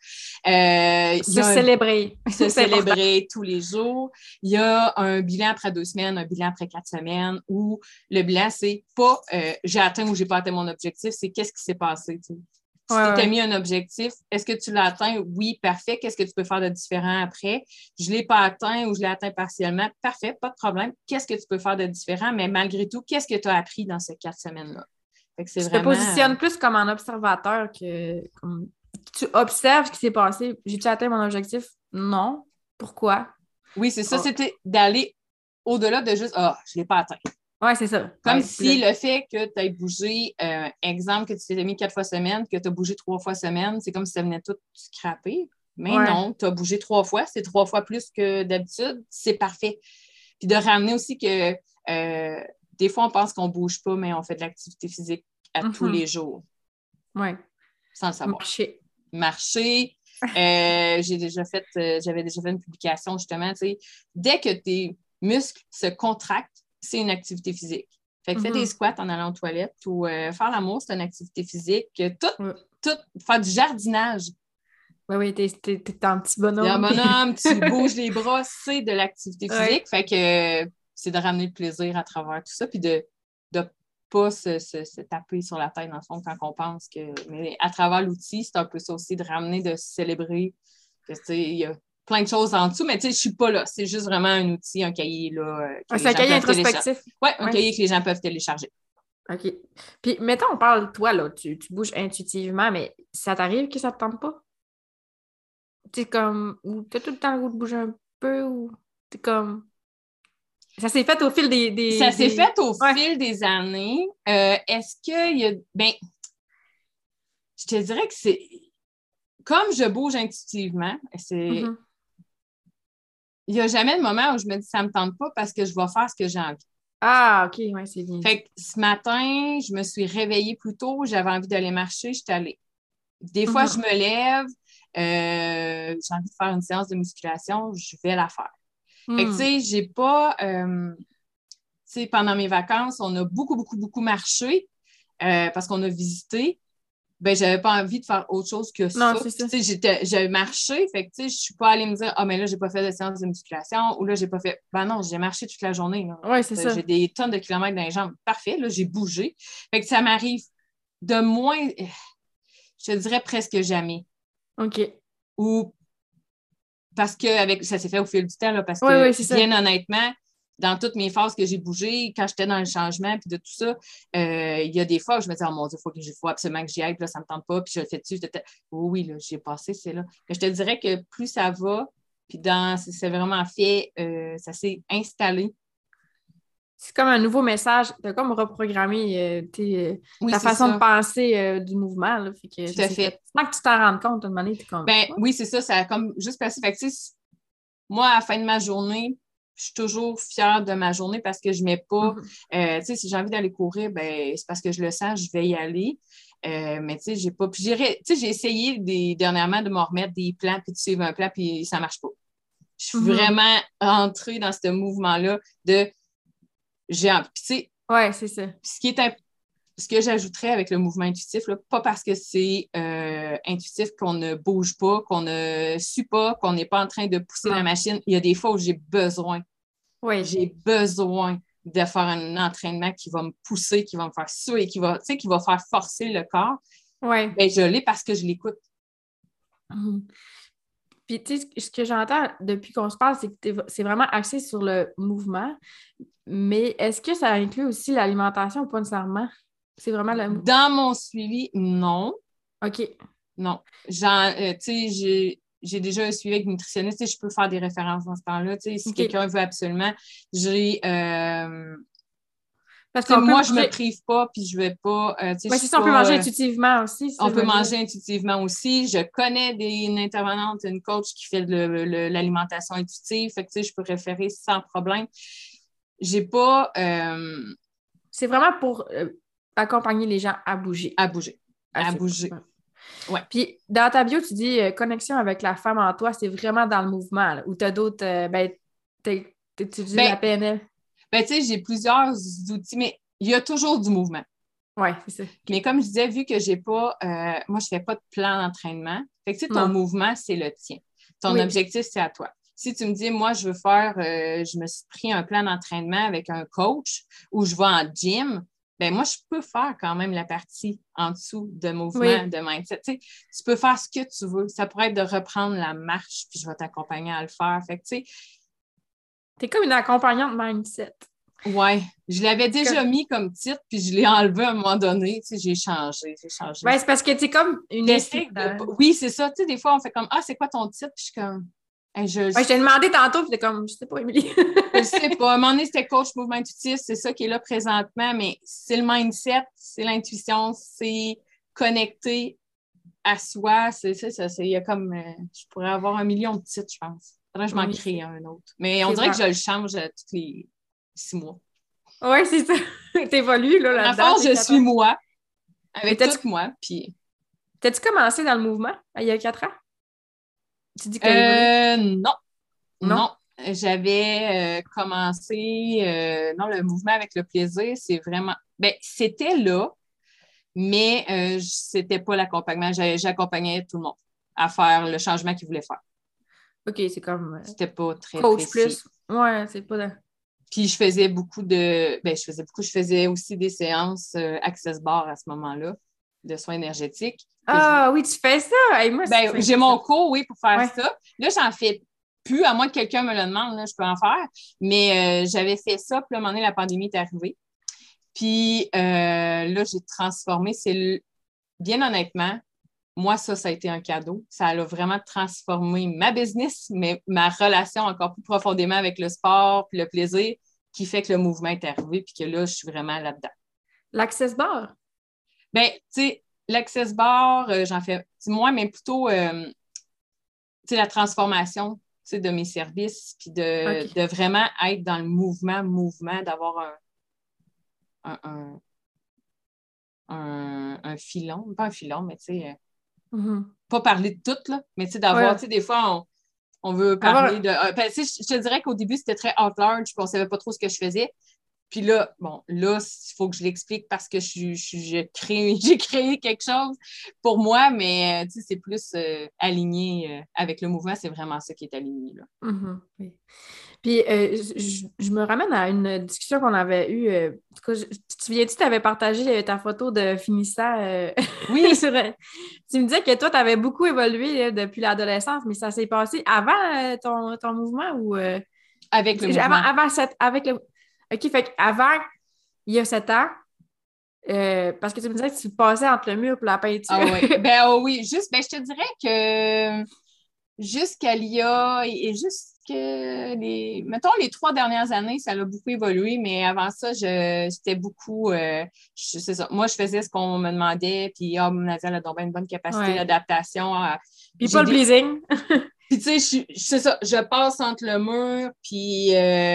Célébrer. Se célébrer tous les jours. Il y a un bilan après 2 semaines, un bilan après 4 semaines, où le bilan, c'est pas j'ai atteint ou j'ai pas atteint mon objectif, c'est qu'est-ce qui s'est passé. Si tu t'es mis un objectif, est-ce que tu l'as atteint? Oui, parfait. Qu'est-ce que tu peux faire de différent après? Je ne l'ai pas atteint ou je l'ai atteint partiellement. Parfait, pas de problème. Qu'est-ce que tu peux faire de différent? Mais malgré tout, qu'est-ce que tu as appris dans ces 4 semaines-là? Tu te positionnes plus comme un observateur que tu observes ce qui s'est passé. J'ai-tu atteint mon objectif? Non. Pourquoi? Oui, c'est ça. C'était d'aller au-delà de juste « Ah, je ne l'ai pas atteint ». Oui, c'est ça. Comme si le fait que tu aies bougé, exemple, que tu t'es mis 4 fois semaine, que tu as bougé 3 fois semaine, c'est comme si ça venait tout scraper. Mais non, tu as bougé 3 fois, c'est 3 fois plus que d'habitude, c'est parfait. Puis de ramener aussi que des fois, on pense qu'on ne bouge pas, mais on fait de l'activité physique à tous les jours. Oui. Sans le savoir. Marcher. J'avais déjà fait une publication, justement, dès que tes muscles se contractent, c'est une activité physique. Fait que fais des squats en allant aux toilettes ou faire l'amour, c'est une activité physique. Faire du jardinage. Oui, t'es un petit bonhomme. T'es un bonhomme, tu bouges les bras, c'est de l'activité physique. Fait que c'est de ramener le plaisir à travers tout ça, puis de ne pas se taper sur la tête, dans le fond, quand on pense que... Mais à travers l'outil, c'est un peu ça aussi, de ramener, de célébrer. Il y a plein de choses en dessous, mais je ne suis pas là. C'est juste vraiment un outil, un cahier. Là, c'est un cahier introspectif. Oui, un cahier que les gens peuvent télécharger. OK. Puis, mettons, on parle, toi, là, tu bouges intuitivement, mais ça t'arrive que ça ne te tente pas? Tu comme... Ou tu as tout le temps le goût de bouger un peu, ou t'es comme... Ça s'est fait au fil des... Ça s'est fait au fil des années. Est-ce qu'il y a... je te dirais que c'est... Comme je bouge intuitivement, c'est... Il n'y a jamais de moment où je me dis ça ne me tente pas parce que je vais faire ce que j'ai envie. Ah, OK, oui, c'est bien. Fait que ce matin, je me suis réveillée plus tôt, j'avais envie d'aller marcher, je suis allée. Des fois, je me lève, j'ai envie de faire une séance de musculation, je vais la faire. Fait que, j'ai pas... pendant mes vacances, on a beaucoup, beaucoup, beaucoup marché parce qu'on a visité. Ben, j'avais pas envie de faire autre chose que ça. Non, c'est ça. J'avais marché, fait que, je suis pas allée me dire, mais là, j'ai pas fait de séance de musculation, ou là, j'ai pas fait. Ben non, j'ai marché toute la journée. Oui, c'est ça. J'ai des tonnes de kilomètres dans les jambes. Parfait, là, j'ai bougé. Fait que ça m'arrive de moins, je te dirais presque jamais. OK. ou parce que ça s'est fait au fil du temps, là, parce Oui, que, oui, c'est ça. bien honnêtement, dans toutes mes phases que j'ai bougé, quand j'étais dans le changement, puis de tout ça, il y a des fois où je me disais, oh mon Dieu, il faut absolument que j'y aille, puis là, ça ne me tente pas, puis je le fais dessus. Oui, là, j'y ai passé, c'est là. Mais je te dirais que plus ça va, puis c'est vraiment fait, ça s'est installé. C'est comme un nouveau message. Tu as comme reprogrammé Oui, ta c'est façon de ça. penser du mouvement. Là, fait que Tout ça à s'est fait. fait. Sans que tu t'en rendes compte, à un moment donné, t'es comme. Ben Ouais. oui, c'est ça, ça a comme juste passé. Fait que, tu sais, moi, à la fin de ma journée, je suis toujours fière de ma journée parce que je ne mets pas, Mhm. tu sais, si j'ai envie d'aller courir, ben, c'est parce que je le sens, je vais y aller. Mais tu sais, j'ai pas. Puis j'ai essayé dernièrement de me remettre des plans, puis de suivre un plan, puis ça ne marche pas. Je suis Mhm. vraiment entrée dans ce mouvement-là de j'ai envie. Puis tu sais, Ouais, c'est ça. ce que j'ajouterais avec le mouvement intuitif, là, pas parce que c'est intuitif qu'on ne bouge pas, qu'on ne sue pas, qu'on n'est pas en train de pousser la Non. machine. Il y a des fois où Oui. j'ai besoin de faire un entraînement qui va me pousser, qui va me faire suer, qui va faire forcer le corps. Ouais. Ben, je l'ai parce que je l'écoute. Mhm. Puis, tu sais, ce que j'entends depuis qu'on se parle, c'est que c'est vraiment axé sur le mouvement. Mais est-ce que ça inclut aussi l'alimentation ou pas nécessairement? C'est vraiment le. Dans mon suivi, non. OK. Non. Tu sais, j'ai déjà un suivi avec une nutritionniste. Tu sais, je peux faire des références dans ce temps-là. Tu sais, si OK. quelqu'un veut absolument, j'ai. Parce Tu sais, qu'on peut moi, je me manger. prive pas, puis je vais pas. Tu sais, je Oui, suis c'est ça, on peut manger pas. intuitivement aussi, c'est ça On que je peut me disais. manger intuitivement aussi. Je connais une intervenante, une coach qui fait l'alimentation intuitive. Fait que, tu sais, je peux référer sans problème. J'ai pas C'est vraiment pour accompagner les gens à bouger. à bouger. À Assez. bouger. Ouais. Puis, dans ta bio, tu dis connexion avec la femme en toi, c'est vraiment dans le mouvement, là, ou tu as d'autres. Tu dis Ben, la PNL. tu sais, j'ai plusieurs outils, mais il y a toujours du mouvement. Ouais, c'est ça. Mais OK. comme je disais, vu que j'ai pas, moi, je fais pas de plan d'entraînement. Fait que, tu sais, ton Non. mouvement, c'est le tien. Ton Oui. objectif, c'est à toi. Si tu me dis, moi, je me suis pris un plan d'entraînement avec un coach ou je vais en gym, ben moi, je peux faire quand même la partie en dessous de mouvement, Oui. de mindset. Tu sais, tu peux faire ce que tu veux. Ça pourrait être de reprendre la marche, puis je vais t'accompagner à le faire. Fait que, tu sais, T'es comme une accompagnante mindset. ouais, je l'avais C'est déjà comme. mis comme titre, puis je l'ai enlevé à un moment donné. Tu sais, j'ai changé. Ben, c'est parce que t'es comme une J'essaie de. influence. Oui, c'est ça. Tu sais, des fois, on fait comme ah, c'est quoi ton titre? Puis je suis comme hey, Ouais, je t'ai demandé tantôt, puis t'es comme, je sais pas, Émilie. je sais pas. À un moment donné, c'était coach mouvement intuitif, c'est ça qui est là présentement, mais c'est le mindset, c'est l'intuition, c'est connecter à soi. C'est ça. Il y a comme je pourrais avoir 1 million de titres, je pense. Faudrait que je m'en Oui, crée un autre. Mais on c'est dirait que vrai. je le change tous les 6 mois. Ouais, c'est ça. T'évolues là, À là-dedans, force, tu sais, je 4 suis ans. moi, Mais avec tout moi, puis t'as-tu commencé dans le mouvement il y a 4 ans? Tu dis que t'as évolué? non. Non? Non, j'avais commencé, non, le mouvement avec le plaisir, c'est vraiment, ben, c'était là, mais c'était pas l'accompagnement. J'accompagnais tout le monde à faire le changement qu'ils voulaient faire. OK, c'est comme C'était pas très coach précis. plus. Ouais, c'est pas de. Puis je faisais aussi des séances Access Bar à ce moment-là, de soins énergétiques. Ah oui, tu fais ça! Hey, moi, Ben, c'est j'ai mon impressionnant. cours, oui, pour faire Ouais. ça. Là, j'en fais plus, à moins que quelqu'un me le demande, là, je peux en faire. Mais j'avais fait ça, puis à un moment donné, la pandémie est arrivée. Puis là, j'ai transformé. Bien honnêtement, moi, ça a été un cadeau. Ça a vraiment transformé ma business, mais ma relation encore plus profondément avec le sport, puis le plaisir, qui fait que le mouvement est arrivé, puis que là, je suis vraiment là-dedans. L'Access Bar? Ben, tu sais, l'Access Bar, j'en fais moins, mais plutôt la transformation de mes services, puis OK. de vraiment être dans le mouvement, d'avoir un, un filon, pas un filon, mais tu sais, Mhm. pas parler de tout, là, mais tu sais, d'avoir, Ouais. tu sais, des fois, on veut parler Avoir. de. Ben, tu sais, je te dirais qu'au début, c'était très out large, puis on savait pas trop ce que je faisais. Puis là, bon, là, il faut que je l'explique parce que j'ai créé quelque chose pour moi, mais tu sais, c'est plus aligné avec le mouvement, c'est vraiment ça qui est aligné, là. Oui. Puis, je me ramène à une discussion qu'on avait eue. En tout cas, tu te souviens-tu, tu avais partagé ta photo de finissant Oui, Tu me disais que toi, tu avais beaucoup évolué depuis l'adolescence, mais ça s'est passé avant ton mouvement ou avec le mouvement. avant avec le. OK, fait avant, il y a 7 ans, parce que tu me disais que tu passais entre le mur et la peinture. Ah oui. Ben oh oui, je te dirais que jusqu'à l'IA et mettons, les 3 dernières années, ça a beaucoup évolué, mais avant ça, j'étais beaucoup, c'est ça. Moi, je faisais ce qu'on me demandait, puis Nadia, elle a donc bien une bonne capacité Ouais. d'adaptation. Puis pas le pleasing. Puis tu sais, c'est ça, je passe entre le mur, puis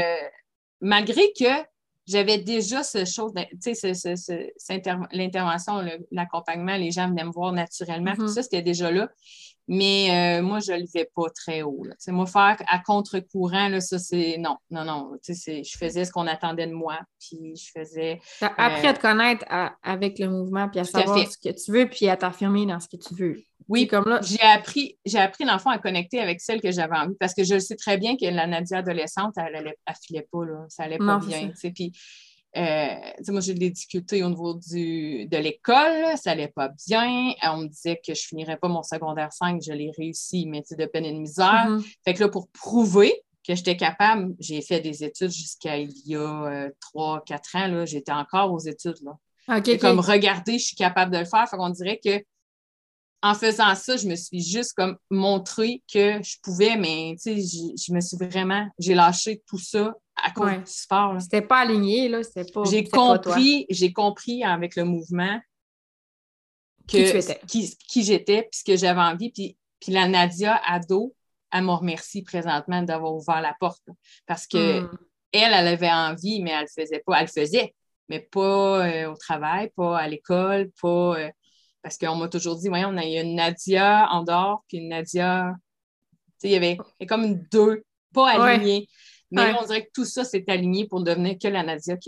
malgré que j'avais déjà ce chose, tu sais, l'intervention, l'accompagnement, les gens venaient me voir naturellement, puis tout ça, c'était déjà là. Mais moi, je ne le levais pas très haut. Là. Moi, faire à contre-courant, là, ça, c'est non, non, non. Je faisais ce qu'on attendait de moi, puis je faisais. T'as appris à te connaître avec le mouvement, puis à Tout à savoir fait. ce que tu veux, puis à t'affirmer dans ce que tu veux. Oui, comme là. j'ai appris dans le fond, à connecter avec celle que j'avais envie, parce que je sais très bien que la Nadia adolescente, elle filait pas, là, ça allait pas Non, bien. Puis, moi, j'ai des difficultés au niveau de l'école, ça allait pas bien. On me disait que je finirais pas mon secondaire 5, je l'ai réussi, mais de peine et de misère. Fait que là, pour prouver que j'étais capable, j'ai fait des études jusqu'à il y a 3-4 ans, là, j'étais encore aux études, là. OK. Comme, regardez, je suis capable de le faire. Fait qu'on dirait que en faisant ça, je me suis juste comme montré que je pouvais, mais tu sais, j'ai lâché tout ça à cause du sport, là. C'était pas aligné, là, c'était pas toi. J'ai compris avec le mouvement Qui tu étais. qui j'étais, puis ce que j'avais envie, puis la Nadia, ado, elle me remercie présentement d'avoir ouvert la porte, là, parce que elle avait envie, mais elle le faisait pas. Elle le faisait, mais pas au travail, pas à l'école, pas... parce qu'on m'a toujours dit, voyons, il y a une Nadia en dehors, puis une Nadia. Tu sais, il y avait comme deux, pas alignés. Mais là, on dirait que tout ça s'est aligné pour devenir que la Nadia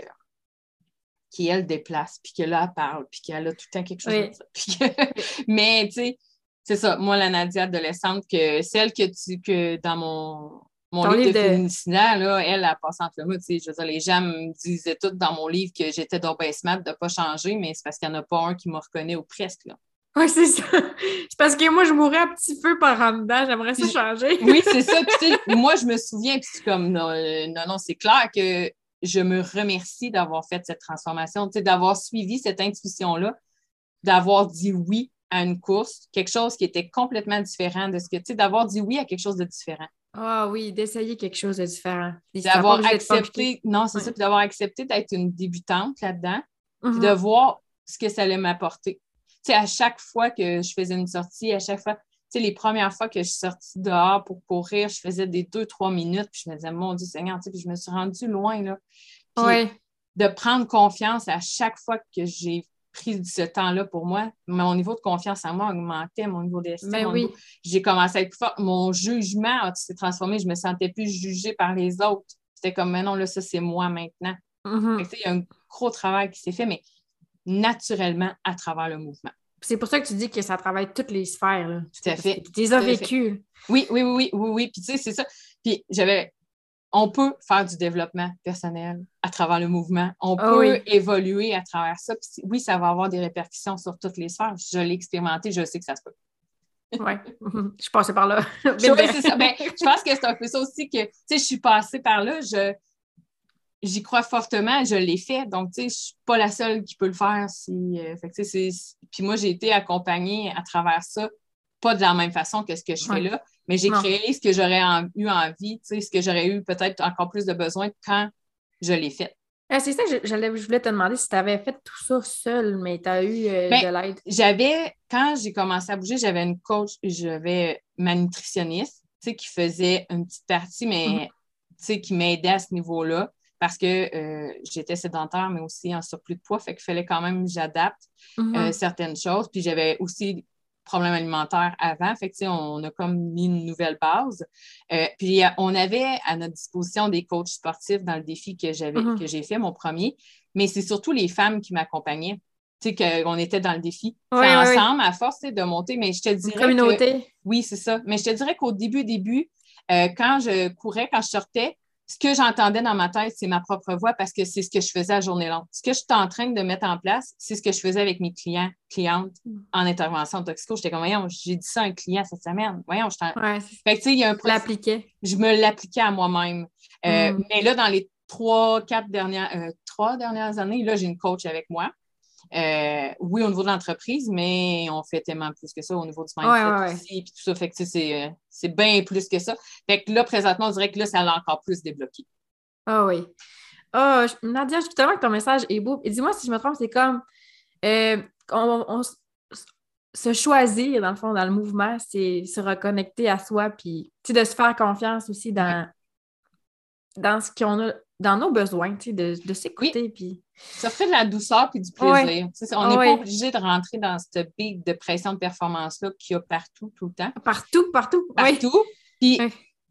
qui elle déplace, puis que là, elle parle, puis qu'elle a tout le temps quelque chose à dire. Mais, tu sais, c'est ça. Moi, la Nadia adolescente, celle que dans mon livre de féminicide, là, elle passe entre le mot. Je veux dire, les gens me disaient tout dans mon livre que j'étais donc bien smart de ne pas changer, mais c'est parce qu'il n'y en a pas un qui me reconnaît ou presque. Là. Oui, c'est ça. C'est parce que moi, je mourrais à petit feu par en dedans. J'aimerais ça changer. Oui, c'est ça. Puis, moi, je me souviens, puis c'est comme, non, c'est clair que je me remercie d'avoir fait cette transformation, d'avoir suivi cette intuition-là, d'avoir dit oui à une course, quelque chose qui était complètement différent de ce que, d'avoir dit oui à quelque chose de différent. Ah oui, d'essayer quelque chose de différent. D'avoir accepté, non, c'est ça, puis d'avoir accepté d'être une débutante là-dedans, puis de voir ce que ça allait m'apporter. À chaque fois que je faisais une sortie, à chaque fois, les premières fois que je suis sortie dehors pour courir, je faisais des 2-3 minutes, puis je me disais, mon Dieu Seigneur, puis je me suis rendue loin, là. Puis de prendre confiance à chaque fois que j'ai pris ce temps-là pour moi, mon niveau de confiance en moi augmentait, mon niveau d'estime, j'ai commencé à être plus forte. Mon jugement s'est transformé, je me sentais plus jugée par les autres. C'était comme, mais non, là, ça, c'est moi maintenant. Il y a un gros travail qui s'est fait, mais naturellement à travers le mouvement. C'est pour ça que tu dis que ça travaille toutes les sphères. Là. Tout à fait. Tu les as vécues. Oui. Puis tu sais, c'est ça. Puis on peut faire du développement personnel à travers le mouvement. On peut évoluer à travers ça. Puis oui, ça va avoir des répercussions sur toutes les sphères. Je l'ai expérimenté, je sais que ça se peut. Oui, je passais par là. Oui, c'est ça. Je pense que c'est un peu ça aussi que, tu sais, je suis passée par là, j'y crois fortement, je l'ai fait. Donc, tu sais, je ne suis pas la seule qui peut le faire. Puis moi, j'ai été accompagnée à travers ça, pas de la même façon que ce que je fais là, mais j'ai créé ce que j'aurais eu envie, tu sais, ce que j'aurais eu peut-être encore plus de besoin quand je l'ai fait. C'est ça, je voulais te demander si tu avais fait tout ça seule, mais tu as eu de l'aide. Quand j'ai commencé à bouger, j'avais une coach, j'avais ma nutritionniste, tu sais, qui faisait une petite partie, mais tu sais, qui m'aidait à ce niveau-là. Parce que j'étais sédentaire, mais aussi en surplus de poids, fait qu'il fallait quand même que j'adapte certaines choses. Puis j'avais aussi problèmes alimentaires avant. Fait que, tu sais, on a comme mis une nouvelle base. Puis, on avait à notre disposition des coachs sportifs dans le défi que j'ai fait, mon premier. Mais c'est surtout les femmes qui m'accompagnaient. Tu sais, qu'on était dans le défi. Oui, ensemble, à force de monter. Mais je te dirais communauté. Oui, c'est ça. Mais je te dirais qu'au début, quand je courais, quand je sortais, ce que j'entendais dans ma tête, c'est ma propre voix parce que c'est ce que je faisais à journée longue. Ce que je suis en train de mettre en place, c'est ce que je faisais avec mes clientes en intervention toxico. J'étais comme, voyons, j'ai dit ça à un client cette semaine. Voyons, fait que, tu sais, il y a un processus. Je me l'appliquais à moi-même. Mais là, dans les 3 dernières années, là, j'ai une coach avec moi. Oui, au niveau de l'entreprise, mais on fait tellement plus que ça au niveau du mindset aussi, puis tout ça. Fait que c'est bien plus que ça. Fait que là, présentement, on dirait que là, ça l'a encore plus débloqué. Ah oui. Nadia, je trouve tellement que ton message est beau. Et dis-moi si je me trompe, c'est comme on se choisir, dans le fond, dans le mouvement, c'est se reconnecter à soi, puis de se faire confiance aussi dans ce qu'on a, dans nos besoins, de s'écouter. Puis ça ferait de la douceur puis du plaisir. On n'est pas obligé de rentrer dans cette beat de pression de performance-là qu'il y a partout, tout le temps. Partout. Puis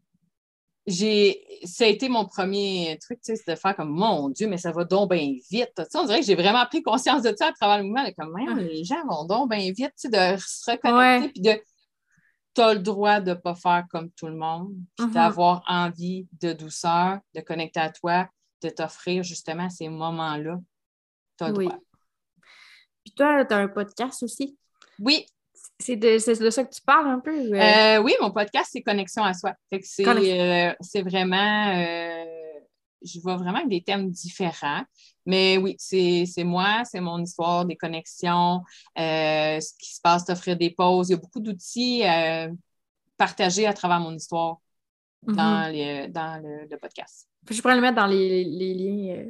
ça a été mon premier truc, c'est de faire comme, mon Dieu, mais ça va donc bien vite. On dirait que j'ai vraiment pris conscience de ça à travers le mouvement. Comme, les gens vont donc bien vite, de se reconnecter puis t'as le droit de ne pas faire comme tout le monde, puis d'avoir envie de douceur, de connecter à toi, de t'offrir justement ces moments-là. T'as le droit. Puis toi, tu as un podcast aussi? Oui. C'est de ça que tu parles un peu? Oui, mon podcast, c'est Connexion à soi. Fait que c'est vraiment... je vois vraiment avec des thèmes différents. Mais oui, c'est moi, c'est mon histoire, des connexions, ce qui se passe, t'offrir des pauses. Il y a beaucoup d'outils partagés à travers mon histoire dans le podcast. Je pourrais le mettre dans les liens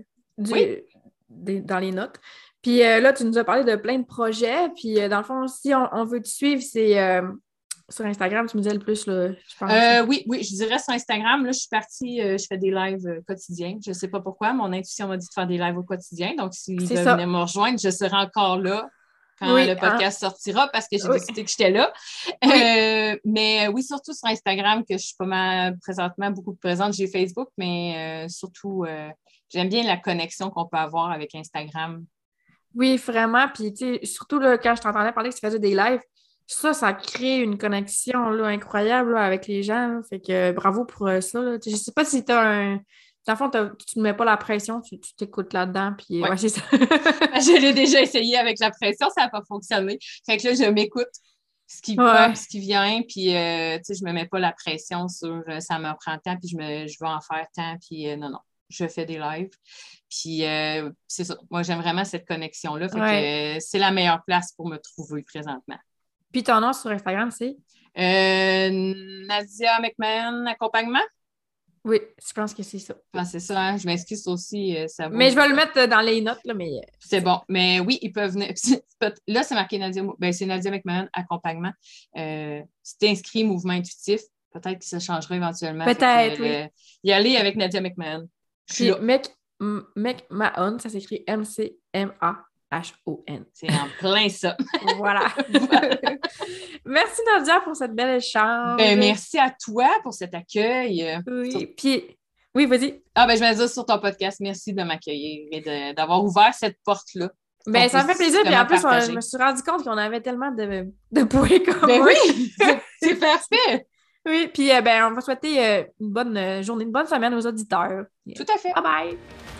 dans les notes. Puis là, tu nous as parlé de plein de projets. Puis dans le fond, si on veut te suivre, c'est sur Instagram, tu me disais le plus, là, je pense. Oui, je dirais sur Instagram. Là, je suis partie, je fais des lives quotidiens. Je ne sais pas pourquoi. Mon intuition m'a dit de faire des lives au quotidien. Donc, s'ils venaient me rejoindre, je serai encore là quand le podcast sortira parce que j'ai décidé que j'étais là. Mais oui, surtout sur Instagram, que je suis pas mal présentement beaucoup présente. J'ai Facebook, mais surtout, j'aime bien la connexion qu'on peut avoir avec Instagram. Oui, vraiment. Puis, tu sais, surtout là, quand je t'entendais parler que tu faisais des lives, ça crée une connexion là, incroyable là, avec les gens. Là. Fait que bravo pour ça. Là. Je sais pas si tu as un. Dans le fond, tu ne mets pas la pression, tu t'écoutes là-dedans. Puis c'est ça. Je l'ai déjà essayé avec la pression, ça n'a pas fonctionné. Fait que là, je m'écoute ce qui pop, ce qui vient, puis tu sais, je me mets pas la pression sur ça me prend tant, puis je vais en faire tant, puis non. Je fais des lives. Puis c'est ça. Moi, j'aime vraiment cette connexion-là. Fait que c'est la meilleure place pour me trouver présentement. Puis ton nom sur Instagram, c'est? Nadia McMahon Accompagnement? Oui, je pense que c'est ça. C'est ça, hein? Je m'excuse aussi. Mais je vais le mettre dans les notes, là, mais... C'est bon. Mais oui, ils peuvent venir. Là, c'est marqué Nadia. C'est Nadia McMahon Accompagnement. C'est inscrit Mouvement Intuitif. Peut-être que ça changera éventuellement. Peut-être, oui. Y aller avec Nadia McMahon. Puis McMahon, ça s'écrit McMahon. C'est en plein ça. Voilà. Merci Nadia pour cette belle échange. Merci à toi pour cet accueil. Oui, puis... Oui, vas-y. Je vais dire sur ton podcast, merci de m'accueillir et d'avoir ouvert cette porte-là. Ça me fait plaisir. Puis en plus, je me suis rendu compte qu'on avait tellement de points communs. Oui, c'est parfait. Oui, puis on va souhaiter une bonne journée, une bonne semaine aux auditeurs. Tout à fait. Bye-bye.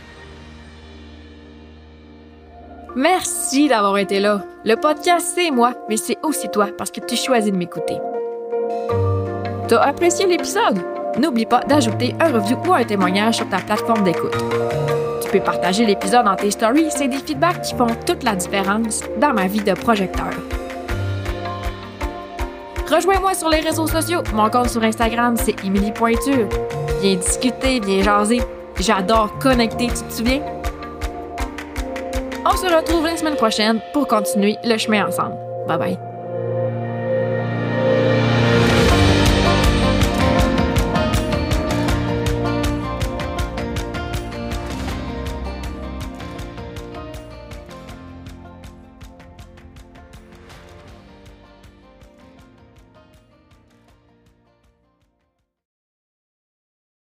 Merci d'avoir été là. Le podcast, c'est moi, mais c'est aussi toi parce que tu choisis de m'écouter. T'as apprécié l'épisode? N'oublie pas d'ajouter un review ou un témoignage sur ta plateforme d'écoute. Tu peux partager l'épisode dans tes stories, c'est des feedbacks qui font toute la différence dans ma vie de projecteur. Rejoins-moi sur les réseaux sociaux. Mon compte sur Instagram, c'est Émilie Pointure. Viens discuter, viens jaser. J'adore connecter, tu te souviens? On se retrouve la semaine prochaine pour continuer le chemin ensemble. Bye bye.